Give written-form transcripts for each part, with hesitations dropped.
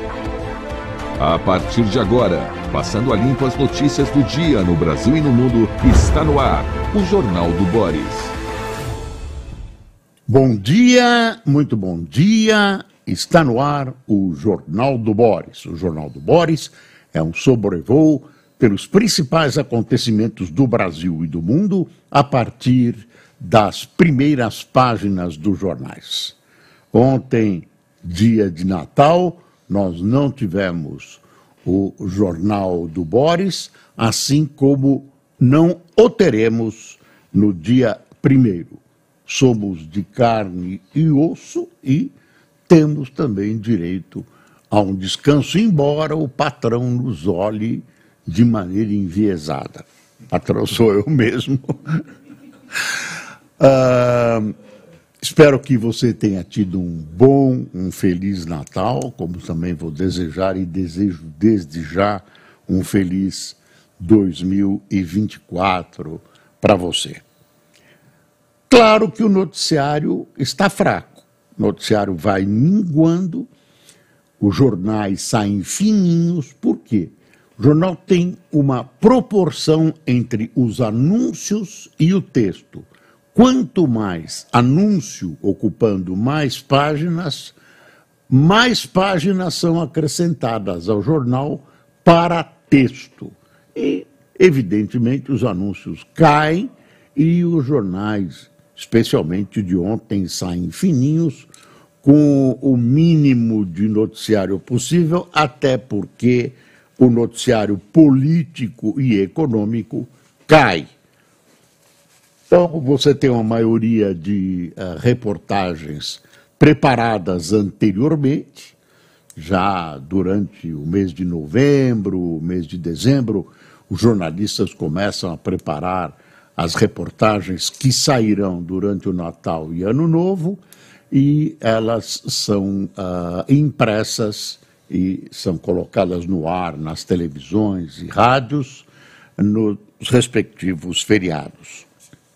A partir de agora, passando a limpo as notícias do dia no Brasil e no mundo, está no ar o Jornal do Boris. Bom dia, muito bom dia. Está no ar o Jornal do Boris. O Jornal do Boris é um sobrevoo pelos principais acontecimentos do Brasil e do mundo a partir das primeiras páginas dos jornais. Ontem, dia de Natal, nós não tivemos o Jornal do Boris, assim como não o teremos no dia 1º. Somos de carne e osso e temos também direito a um descanso, embora o patrão nos olhe de maneira enviesada. Patrão sou eu mesmo. Espero que você tenha tido um feliz Natal, como também vou desejar e desejo desde já um feliz 2024 para você. Claro que o noticiário está fraco. O noticiário vai minguando, os jornais saem fininhos. Por quê? O jornal tem uma proporção entre os anúncios e o texto. Quanto mais anúncio ocupando mais páginas são acrescentadas ao jornal para texto. E, evidentemente, os anúncios caem e os jornais, especialmente de ontem, saem fininhos, com o mínimo de noticiário possível, até porque o noticiário político e econômico cai. Então, você tem uma maioria de reportagens preparadas anteriormente, já durante o mês de novembro, o mês de dezembro, os jornalistas começam a preparar as reportagens que sairão durante o Natal e Ano Novo, e elas são impressas e são colocadas no ar nas televisões e rádios nos respectivos feriados.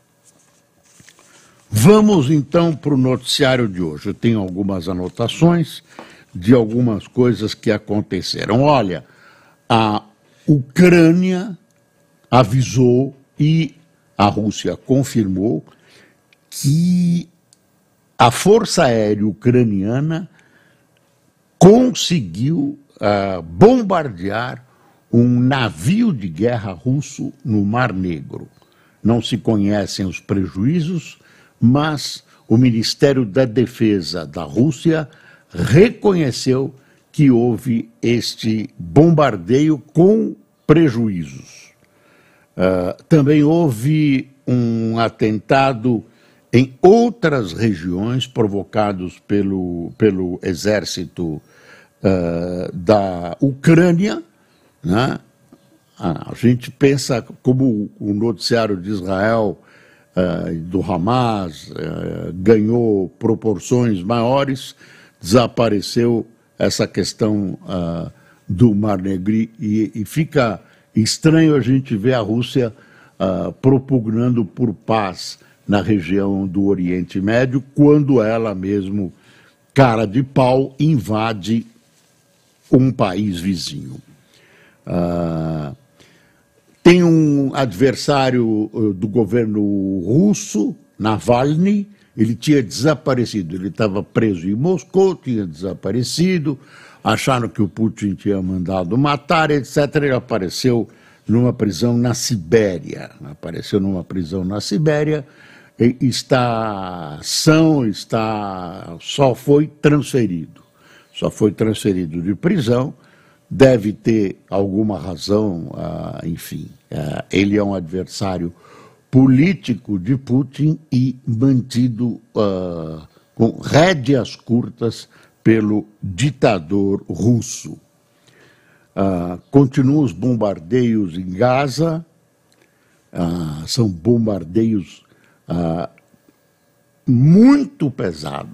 Vamos então para o noticiário de hoje. Eu tenho algumas anotações de algumas coisas que aconteceram. Olha, a Ucrânia avisou e a Rússia confirmou que a Força Aérea Ucraniana conseguiu bombardear um navio de guerra russo no Mar Negro. Não se conhecem os prejuízos, mas o Ministério da Defesa da Rússia reconheceu que houve este bombardeio com prejuízos. Também houve um atentado em outras regiões provocados pelo exército da Ucrânia, né? A gente pensa como o noticiário de Israel do Hamas ganhou proporções maiores, desapareceu essa questão do Mar Negro e fica estranho a gente ver a Rússia propugnando por paz na região do Oriente Médio, quando ela mesmo, cara de pau, invade um país vizinho. Tem um adversário do governo russo, Navalny. Ele tinha desaparecido, ele estava preso em Moscou, tinha desaparecido, acharam que o Putin tinha mandado matar, etc. Ele apareceu numa prisão na Sibéria, está são, só foi transferido de prisão, deve ter alguma razão, enfim, ele é um adversário político de Putin e mantido com rédeas curtas pelo ditador russo. Continuam os bombardeios em Gaza, são bombardeios muito pesados.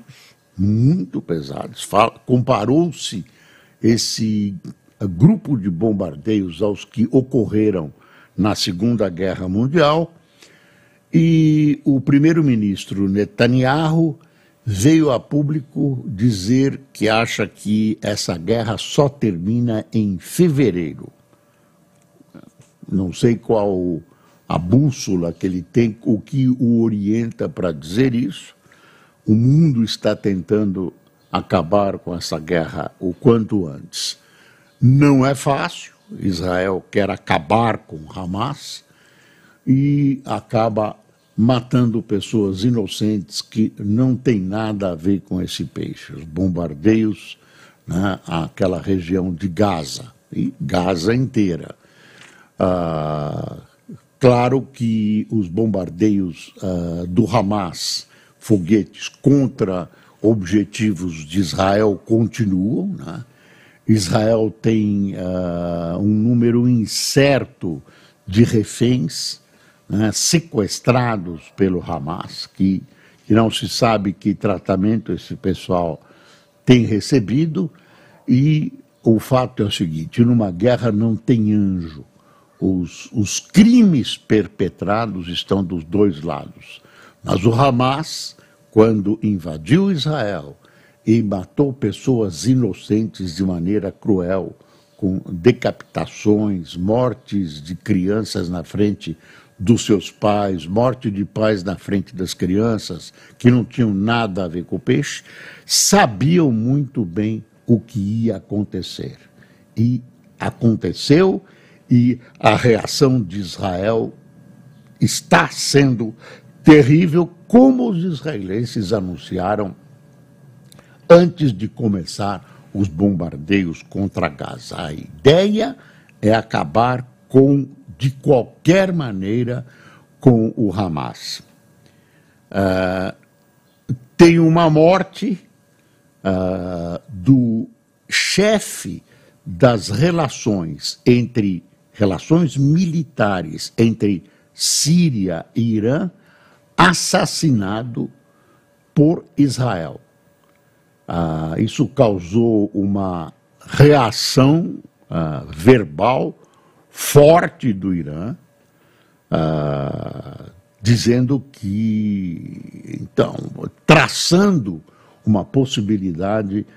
Comparou-se esse grupo de bombardeios aos que ocorreram na Segunda Guerra Mundial, e o primeiro-ministro Netanyahu veio a público dizer que acha que essa guerra só termina em fevereiro. Não sei qual a bússola que ele tem, o que o orienta para dizer isso. O mundo está tentando acabar com essa guerra o quanto antes. Não é fácil. Israel quer acabar com Hamas e acaba matando pessoas inocentes que não têm nada a ver com esse peixe. Os bombardeios, né, àquela região de Gaza, e Gaza inteira. Claro que os bombardeios do Hamas, foguetes contra objetivos de Israel, continuam, né? Israel tem um número incerto de reféns, né, sequestrados pelo Hamas, que não se sabe que tratamento esse pessoal tem recebido, e o fato é o seguinte: numa guerra não tem anjo. Os crimes perpetrados estão dos dois lados. Mas o Hamas, quando invadiu Israel e matou pessoas inocentes de maneira cruel, com decapitações, mortes de crianças na frente dos seus pais, morte de pais na frente das crianças, que não tinham nada a ver com o peixe, sabiam muito bem o que ia acontecer. E aconteceu, e a reação de Israel está sendo terrível, como os israelenses anunciaram antes de começar os bombardeios contra Gaza. A ideia é acabar de qualquer maneira com o Hamas. Tem uma morte do chefe das relações militares entre Síria e Irã, assassinado por Israel. Isso causou uma reação verbal forte do Irã, dizendo que, então, traçando uma possibilidade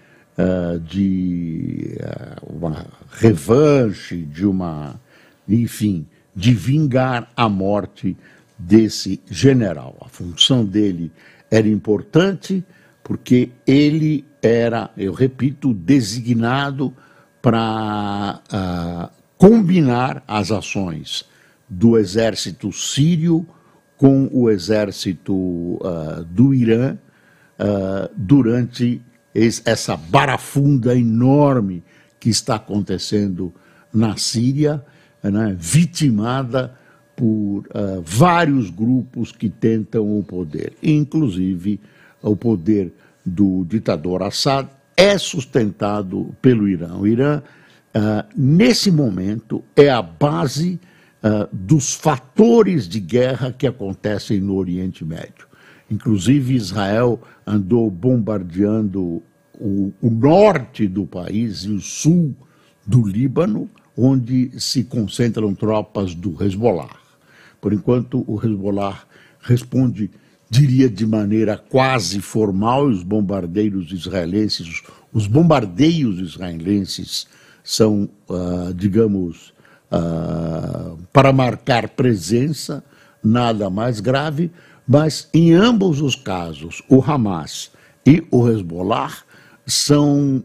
de uma revanche, enfim, de vingar a morte desse general. A função dele era importante porque ele era, eu repito, designado para combinar as ações do exército sírio com o exército do Irã durante essa barafunda enorme que está acontecendo na Síria, né, vitimada por vários grupos que tentam o poder, inclusive o poder do ditador Assad é sustentado pelo Irã. O Irã, nesse momento, é a base dos fatores de guerra que acontecem no Oriente Médio. Inclusive, Israel andou bombardeando o norte do país e o sul do Líbano, onde se concentram tropas do Hezbollah. Por enquanto, o Hezbollah responde, diria, de maneira quase formal. Os bombardeios israelenses são, digamos, para marcar presença, nada mais grave, mas em ambos os casos, o Hamas e o Hezbollah são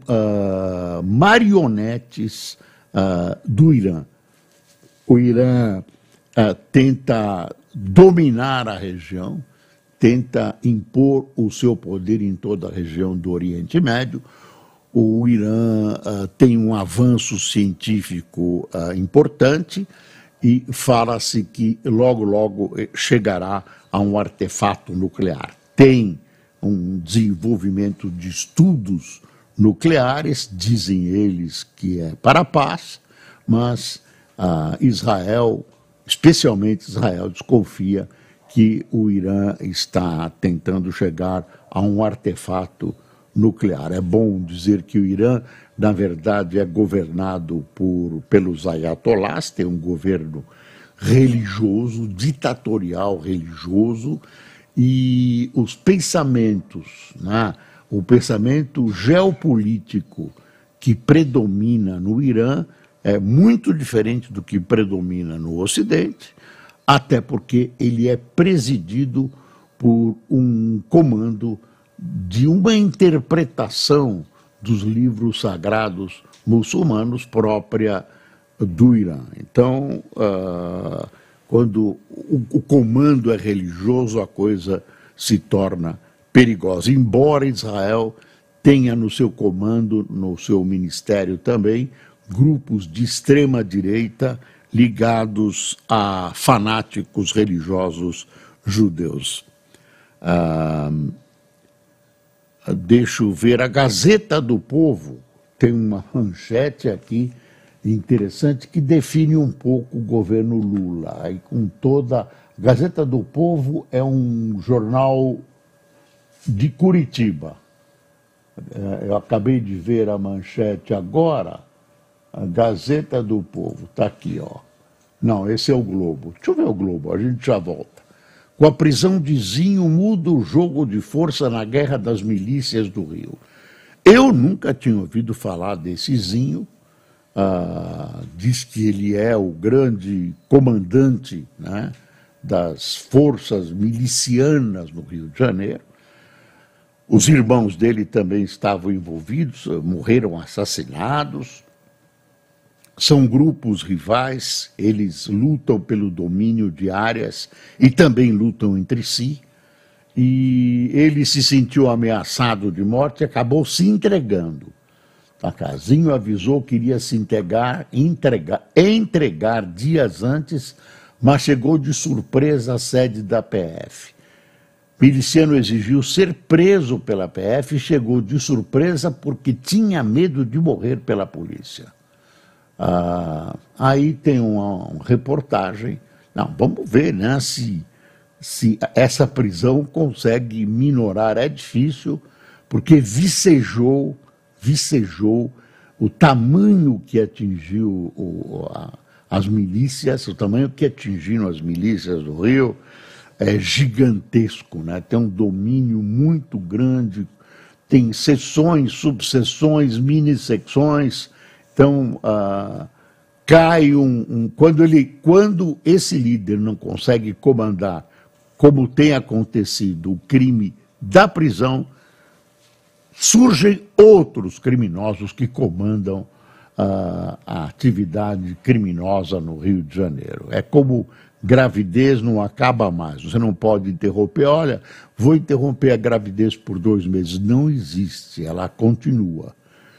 marionetes do Irã. O Irã tenta dominar a região, tenta impor o seu poder em toda a região do Oriente Médio. O Irã tem um avanço científico importante e fala-se que logo chegará a um artefato nuclear. Tem um desenvolvimento de estudos nucleares, dizem eles que é para a paz, mas Israel, especialmente Israel, desconfia que o Irã está tentando chegar a um artefato nuclear. É bom dizer que o Irã, na verdade, é governado pelos ayatolás, tem um governo religioso, ditatorial religioso, e os pensamentos, né, o pensamento geopolítico que predomina no Irã é muito diferente do que predomina no Ocidente, até porque ele é presidido por um comando de uma interpretação dos livros sagrados muçulmanos própria do Irã. Então, quando o comando é religioso, a coisa se torna perigosa. Embora Israel tenha no seu comando, no seu ministério também, grupos de extrema-direita ligados a fanáticos religiosos judeus. Deixa eu ver, a Gazeta do Povo tem uma manchete aqui interessante que define um pouco o governo Lula. Aí, com toda a Gazeta do Povo é um jornal de Curitiba. Eu acabei de ver a manchete agora. A Gazeta do Povo está aqui, ó. Não, esse é o Globo. Deixa eu ver o Globo, a gente já volta. Com a prisão de Zinho, muda o jogo de força na guerra das milícias do Rio. Eu nunca tinha ouvido falar desse Zinho. Diz que ele é o grande comandante, né, das forças milicianas no Rio de Janeiro. Os irmãos dele também estavam envolvidos, morreram assassinados. São grupos rivais, eles lutam pelo domínio de áreas e também lutam entre si. E ele se sentiu ameaçado de morte e acabou se entregando. Zinho avisou que iria se entregar dias antes, mas chegou de surpresa à sede da PF. Miliciano exigiu ser preso pela PF e chegou de surpresa porque tinha medo de morrer pela polícia. Aí tem uma reportagem. Não, vamos ver, né, se essa prisão consegue minorar. É difícil, porque vicejou o tamanho que atingiu as milícias, o tamanho que atingiram as milícias do Rio é gigantesco, né? Tem um domínio muito grande, tem seções, subseções, mini-secções. Então, cai quando esse líder não consegue comandar, como tem acontecido, o crime da prisão, surgem outros criminosos que comandam a atividade criminosa no Rio de Janeiro. É como gravidez não acaba mais. Você não pode interromper, olha, vou interromper a gravidez por 2 meses. Não existe, ela continua.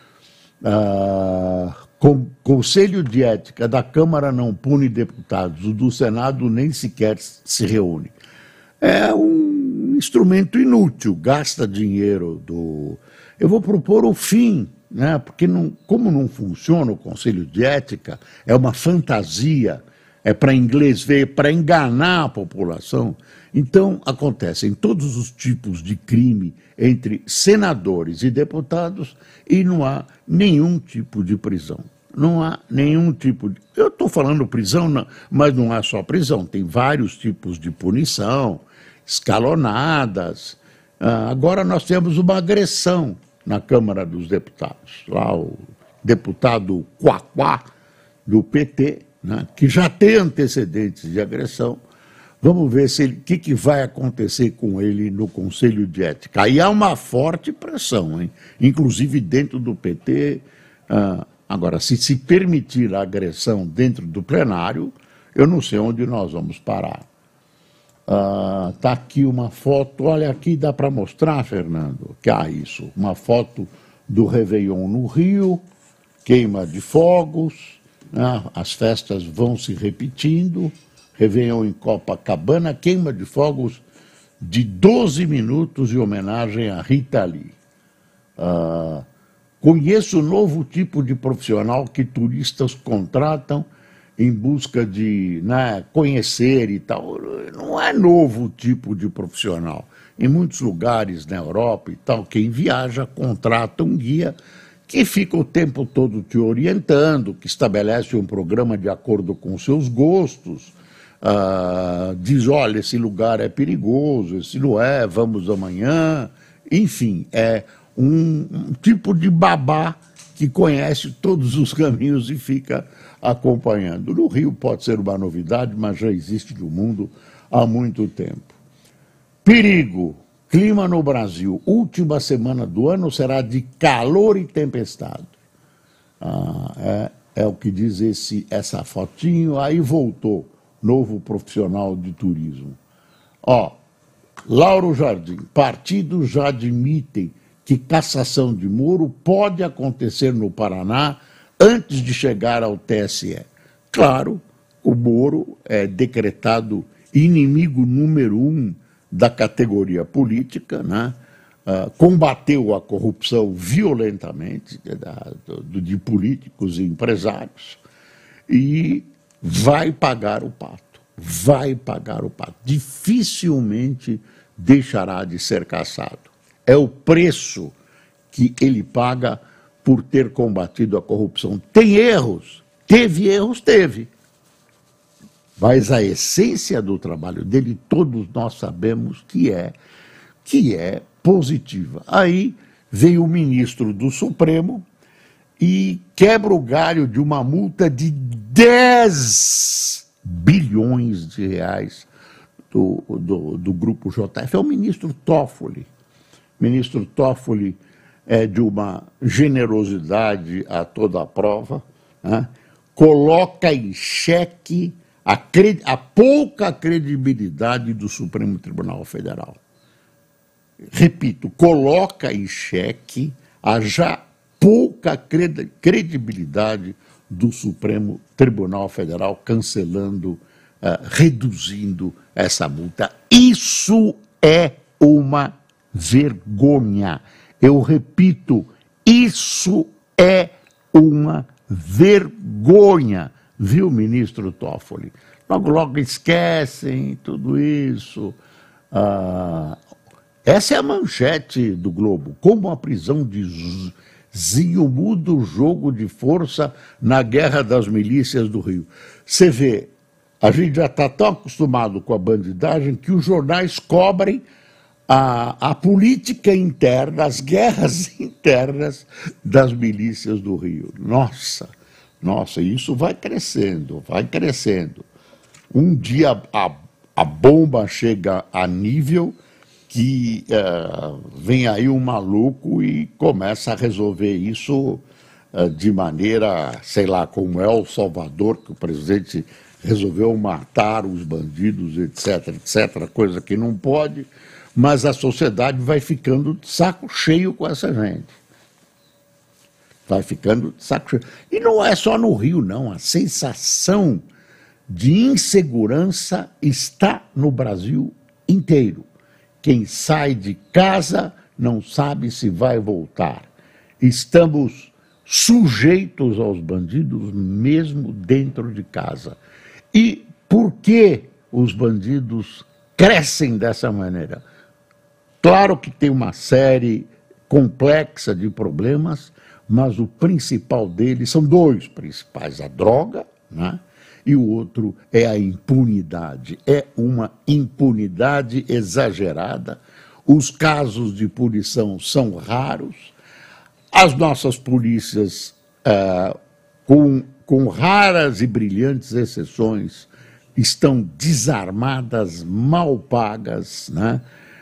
Conselho de Ética da Câmara não pune deputados, o do Senado nem sequer se reúne. É um instrumento inútil, gasta dinheiro do... Eu vou propor o fim, né? Porque como não funciona o Conselho de Ética, é uma fantasia, é para inglês ver, para enganar a população. Então, acontecem todos os tipos de crime entre senadores e deputados e não há nenhum tipo de prisão. Não há nenhum tipo de... Eu estou falando prisão, não, mas não há só prisão, tem vários tipos de punição, escalonadas. Agora nós temos uma agressão na Câmara dos Deputados. Lá o deputado Quaquá, do PT, né, que já tem antecedentes de agressão. Vamos ver o que vai acontecer com ele no Conselho de Ética. Aí há uma forte pressão, hein? Inclusive dentro do PT. Agora, se permitir a agressão dentro do plenário, eu não sei onde nós vamos parar. Tá aqui uma foto, olha aqui, dá para mostrar, Fernando? Isso, uma foto do Réveillon no Rio, queima de fogos, né? As festas vão se repetindo, Réveillon em Copacabana, queima de fogos de 12 minutos em homenagem a Rita Lee. Conheço o novo tipo de profissional que turistas contratam em busca de, né, conhecer e tal. Não é novo tipo de profissional. Em muitos lugares na Europa e tal, quem viaja contrata um guia que fica o tempo todo te orientando, que estabelece um programa de acordo com seus gostos. diz, olha, esse lugar é perigoso, esse não é, vamos amanhã. Enfim, é um tipo de babá que conhece todos os caminhos e fica acompanhando. No Rio pode ser uma novidade, mas já existe no mundo há muito tempo. Perigo. Clima no Brasil. Última semana do ano será de calor e tempestade. É o que diz essa fotinho. Aí voltou, novo profissional de turismo. Lauro Jardim. Partidos já admitem que cassação de Moro pode acontecer no Paraná antes de chegar ao TSE. Claro, o Moro é decretado inimigo número 1 da categoria política, né? Combateu a corrupção violentamente de políticos e empresários e vai pagar o pato, dificilmente deixará de ser cassado. É o preço que ele paga por ter combatido a corrupção. Tem erros? Teve erros? Teve. Mas a essência do trabalho dele, todos nós sabemos que é positiva. Aí veio o ministro do Supremo e quebra o galho de uma multa de 10 bilhões de reais do Grupo JF. É o ministro Toffoli. O ministro Toffoli é de uma generosidade a toda a prova, né? Coloca em xeque a pouca credibilidade do Supremo Tribunal Federal. Repito, coloca em xeque a já pouca credibilidade do Supremo Tribunal Federal, cancelando, reduzindo essa multa. Isso é uma vergonha. Eu repito, isso é uma vergonha. Viu, ministro Toffoli? Logo esquecem tudo isso. Essa é a manchete do Globo. Como a prisão de Zinho muda o jogo de força na guerra das milícias do Rio. Você vê, a gente já está tão acostumado com a bandidagem que os jornais cobrem a política interna, as guerras internas das milícias do Rio. Nossa, isso vai crescendo. Um dia a bomba chega a nível que vem aí um maluco e começa a resolver isso de maneira, sei lá, como é El Salvador, que o presidente resolveu matar os bandidos, etc., coisa que não pode, mas a sociedade vai ficando de saco cheio com essa gente. Vai ficando de saco cheio. E não é só no Rio, não. A sensação de insegurança está no Brasil inteiro. Quem sai de casa não sabe se vai voltar. Estamos sujeitos aos bandidos mesmo dentro de casa. E por que os bandidos crescem dessa maneira? Claro que tem uma série complexa de problemas, mas o principal deles, são dois principais, a droga, né? E o outro é a impunidade. É uma impunidade exagerada. Os casos de punição são raros. As nossas polícias, com raras e brilhantes exceções, estão desarmadas, mal pagas, né?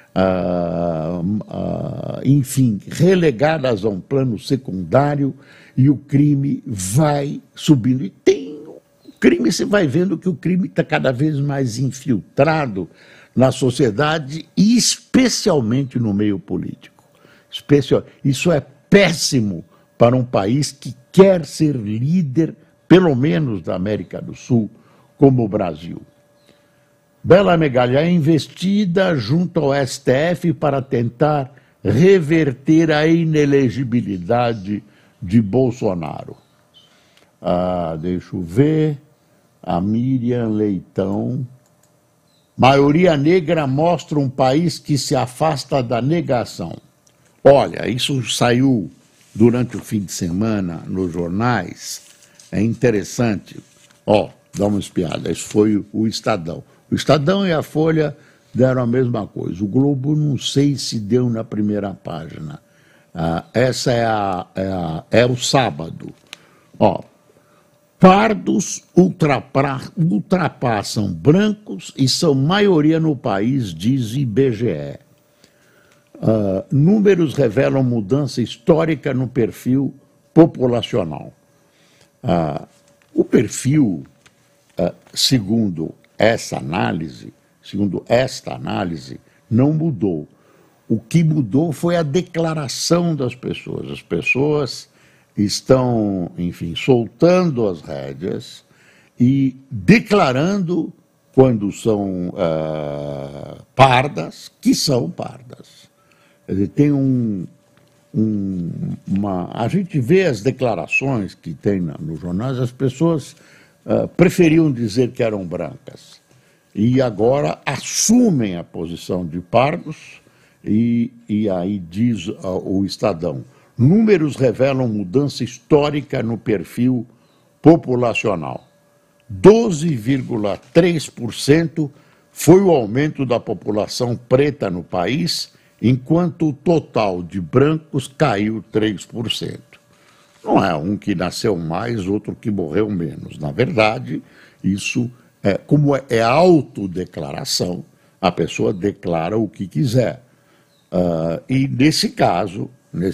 Enfim, relegadas a um plano secundário, e o crime vai subindo. E você vai vendo que o crime está cada vez mais infiltrado na sociedade e especialmente no meio político. Isso é péssimo para um país que quer ser líder, pelo menos da América do Sul, como o Brasil. Bela Megalha é investida junto ao STF para tentar reverter a inelegibilidade de Bolsonaro. Deixa eu ver. A Miriam Leitão. Maioria negra mostra um país que se afasta da negação. Olha, isso saiu durante o fim de semana nos jornais. É interessante. dá uma espiada. Esse foi o Estadão. O Estadão e a Folha deram a mesma coisa. O Globo não sei se deu na primeira página. Essa é o sábado. Ó, pardos ultrapassam brancos e são maioria no país, diz IBGE. Números revelam mudança histórica no perfil populacional. O perfil, segundo esta análise, não mudou. O que mudou foi a declaração das pessoas. As pessoas estão, enfim, soltando as rédeas e declarando, quando são pardas, que são pardas. Quer dizer, tem a gente vê as declarações que tem nos jornais, as pessoas preferiam dizer que eram brancas e agora assumem a posição de pardos e aí diz o Estadão, números revelam mudança histórica no perfil populacional. 12,3% foi o aumento da população preta no país, enquanto o total de brancos caiu 3%. Não é um que nasceu mais, outro que morreu menos. Na verdade, isso, como é autodeclaração, a pessoa declara o que quiser. E nesse caso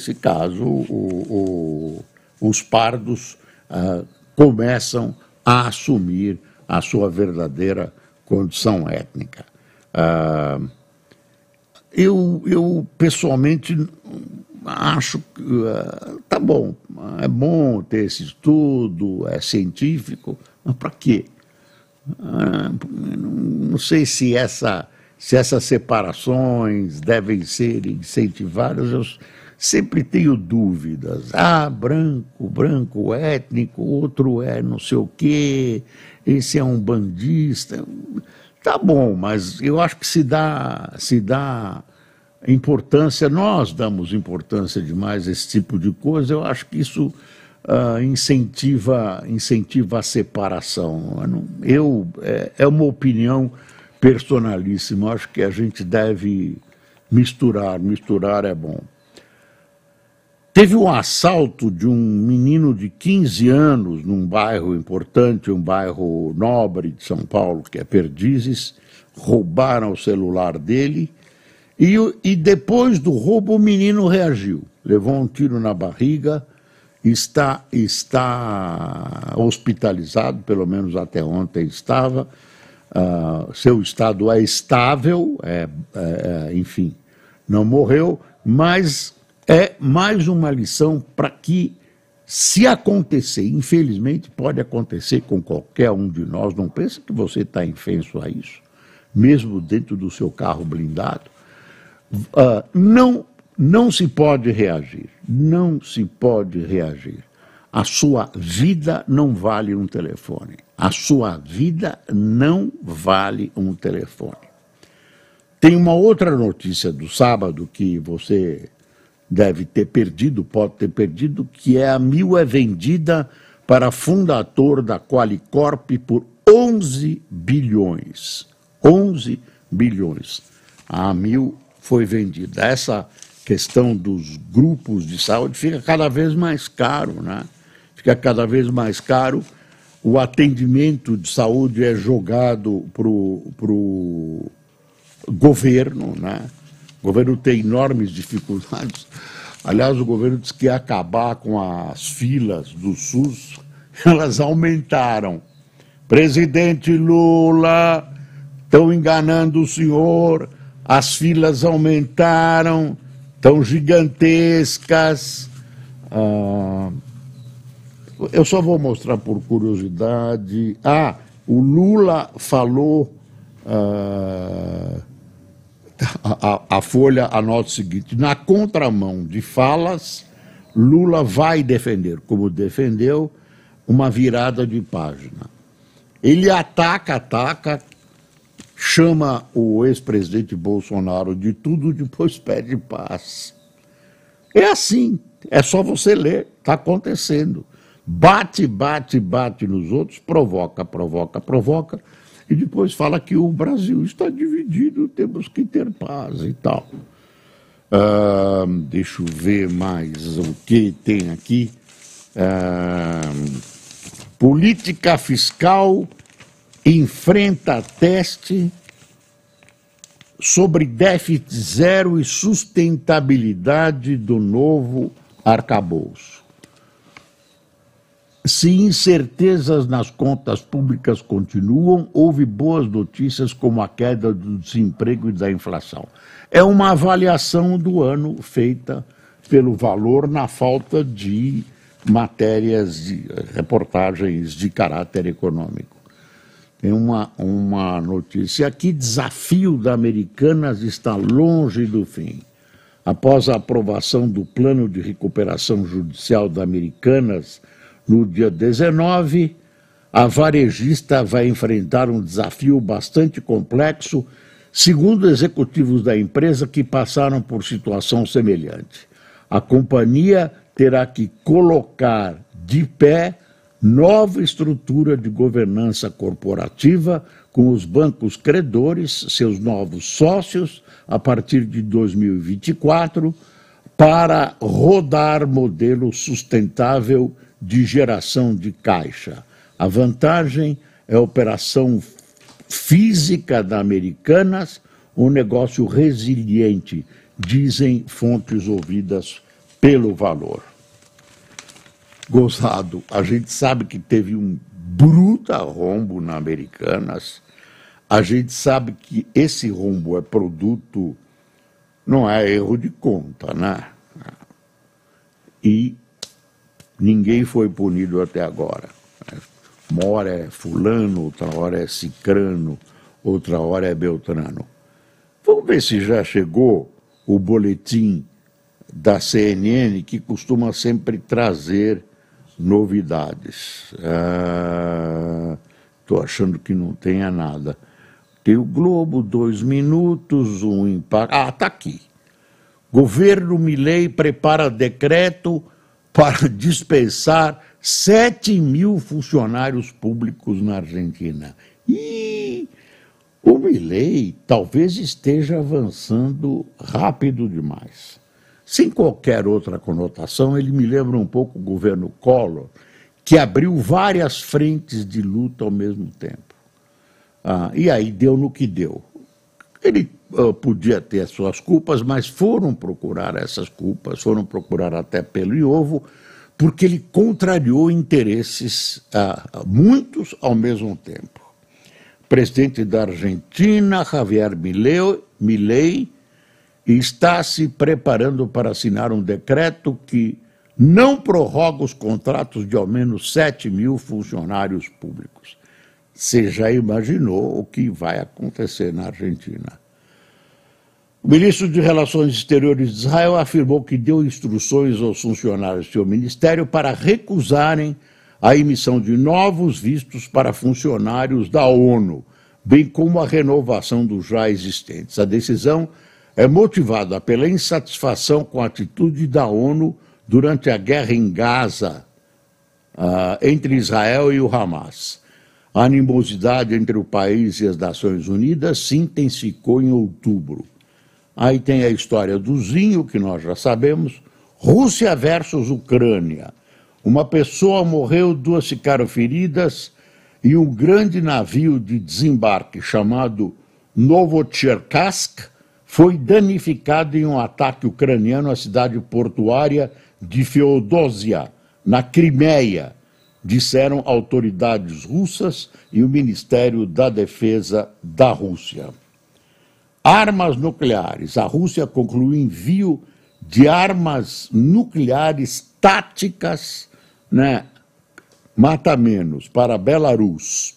os pardos começam a assumir a sua verdadeira condição étnica. Eu pessoalmente acho que tá bom, é bom ter esse estudo, é científico, mas para quê? Não sei se essas separações devem ser incentivadas, eu sempre tenho dúvidas. Branco étnico, outro é não sei o quê, esse é um bandista. Tá bom, mas eu acho que se dá importância, nós damos importância demais a esse tipo de coisa, eu acho que isso incentiva a separação. É uma opinião personalíssima, eu acho que a gente deve misturar é bom. Teve um assalto de um menino de 15 anos num bairro importante, um bairro nobre de São Paulo, que é Perdizes. Roubaram o celular dele e depois do roubo o menino reagiu. Levou um tiro na barriga, está hospitalizado, pelo menos até ontem estava. Seu estado é estável, enfim, não morreu, mas é mais uma lição para que, se acontecer, infelizmente pode acontecer com qualquer um de nós, não pense que você está infenso a isso, mesmo dentro do seu carro blindado, não se pode reagir, A sua vida não vale um telefone, Tem uma outra notícia do sábado que você deve ter perdido, pode ter perdido, que a Amil é vendida para fundador da Qualicorp por 11 bilhões. 11 bilhões. A Amil foi vendida. Essa questão dos grupos de saúde fica cada vez mais caro, né? Fica cada vez mais caro. O atendimento de saúde é jogado para o governo, né? O governo tem enormes dificuldades. Aliás, o governo disse que ia acabar com as filas do SUS. Elas aumentaram. Presidente Lula, estão enganando o senhor. As filas aumentaram, estão gigantescas. Eu só vou mostrar por curiosidade. O Lula falou... A Folha anota o seguinte: na contramão de falas, Lula vai defender, como defendeu, uma virada de página. Ele ataca, chama o ex-presidente Bolsonaro de tudo, depois pede paz. É assim, é só você ler, está acontecendo. bate, bate, bate nos outros, provoca, provoca, provoca, e depois fala que o Brasil está dividido, temos que ter paz e tal. Deixa eu ver mais o que tem aqui. Política fiscal enfrenta teste sobre déficit zero e sustentabilidade do novo arcabouço. Se incertezas nas contas públicas continuam, houve boas notícias como a queda do desemprego e da inflação. É uma avaliação do ano feita pelo Valor na falta de matérias, de reportagens de caráter econômico. Tem uma notícia aqui: desafio da Americanas está longe do fim. Após a aprovação do plano de recuperação judicial da Americanas no dia 19, a varejista vai enfrentar um desafio bastante complexo, segundo executivos da empresa que passaram por situação semelhante. A companhia terá que colocar de pé nova estrutura de governança corporativa com os bancos credores, seus novos sócios, a partir de 2024, para rodar modelo sustentável de geração de caixa. A vantagem é a operação física da Americanas, um negócio resiliente, dizem fontes ouvidas pelo Valor. Gozado, a gente sabe que teve um bruta rombo na Americanas, a gente sabe que esse rombo é produto, não é erro de conta, né? E ninguém foi punido até agora. Uma hora é fulano, outra hora é cicrano, outra hora é beltrano. Vamos ver se já chegou o boletim da CNN, que costuma sempre trazer novidades. Estou achando que não tenha nada. Tem o Globo, 2 minutos, um impacto. Está aqui. Governo Milei prepara decreto para dispensar 7 mil funcionários públicos na Argentina. E o Milei talvez esteja avançando rápido demais. Sem qualquer outra conotação, ele me lembra um pouco o governo Collor, que abriu várias frentes de luta ao mesmo tempo. E aí deu no que deu. Ele podia ter as suas culpas, mas foram procurar essas culpas, foram procurar até pelo e ovo, porque ele contrariou interesses, muitos ao mesmo tempo. O presidente da Argentina, Javier Milei, está se preparando para assinar um decreto que não prorroga os contratos de ao menos 7 mil funcionários públicos. Você já imaginou o que vai acontecer na Argentina? O ministro de Relações Exteriores de Israel afirmou que deu instruções aos funcionários do seu ministério para recusarem a emissão de novos vistos para funcionários da ONU, bem como a renovação dos já existentes. A decisão é motivada pela insatisfação com a atitude da ONU durante a guerra em Gaza, entre Israel e o Hamas. A animosidade entre o país e as Nações Unidas se intensificou em outubro. Aí tem a história do Zinho, que nós já sabemos, Rússia versus Ucrânia. Uma pessoa morreu, 2 ficaram feridas e um grande navio de desembarque chamado Novocherkassk foi danificado em um ataque ucraniano à cidade portuária de Feodosia, na Crimeia, disseram autoridades russas e o Ministério da Defesa da Rússia. Armas nucleares. A Rússia concluiu o envio de armas nucleares táticas, mata-menos, para Belarus,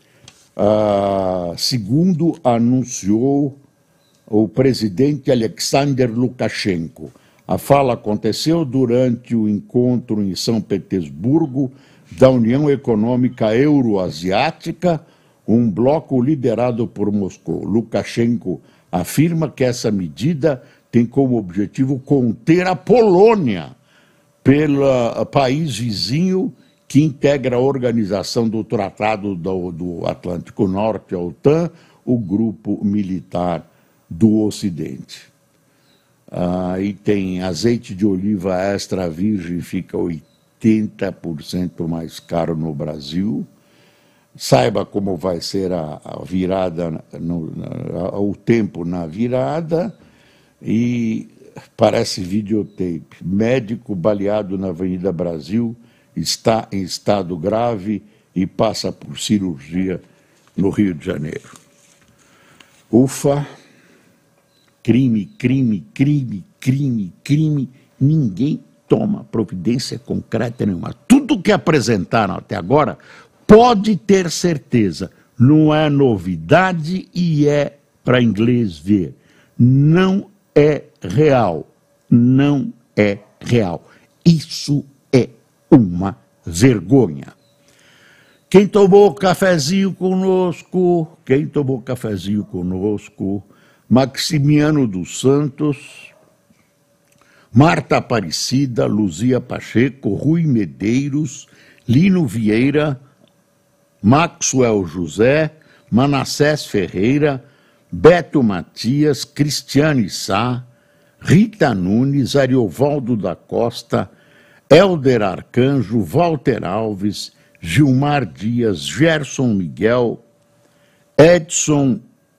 segundo anunciou o presidente Alexander Lukashenko. A fala aconteceu durante o encontro em São Petersburgo da União Econômica Euroasiática, um bloco liderado por Moscou. Lukashenko afirma que essa medida tem como objetivo conter a Polônia, pelo país vizinho que integra a organização do Tratado do Atlântico Norte, a OTAN, o grupo militar do Ocidente. E tem azeite de oliva extra virgem, fica 80% mais caro no Brasil. Saiba como vai ser a virada, o tempo na virada, e parece videotape. Médico baleado na Avenida Brasil está em estado grave e passa por cirurgia no Rio de Janeiro. Ufa, crime, crime, crime, crime, crime, ninguém toma providência concreta nenhuma. Tudo que apresentaram até agora, pode ter certeza, não é novidade e é para inglês ver. Não é real, não é real. Isso é uma vergonha. Quem tomou cafezinho conosco, Maximiano dos Santos, Marta Aparecida, Luzia Pacheco, Rui Medeiros, Lino Vieira, Maxwell José, Manassés Ferreira, Beto Matias, Cristiane Sá, Rita Nunes, Ariovaldo da Costa, Helder Arcanjo, Walter Alves, Gilmar Dias, Gerson Miguel, Edson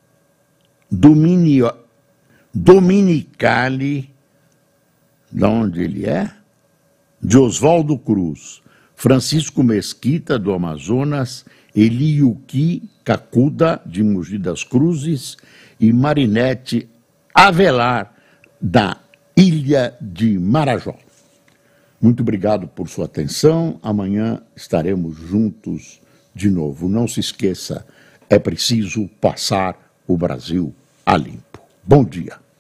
Dominicali, de onde ele é? De Oswaldo Cruz, Francisco Mesquita, do Amazonas, Eliuki Cacuda, de Mogi das Cruzes, e Marinete Avelar, da Ilha de Marajó. Muito obrigado por sua atenção. Amanhã estaremos juntos de novo. Não se esqueça, é preciso passar o Brasil a limpo. Bom dia.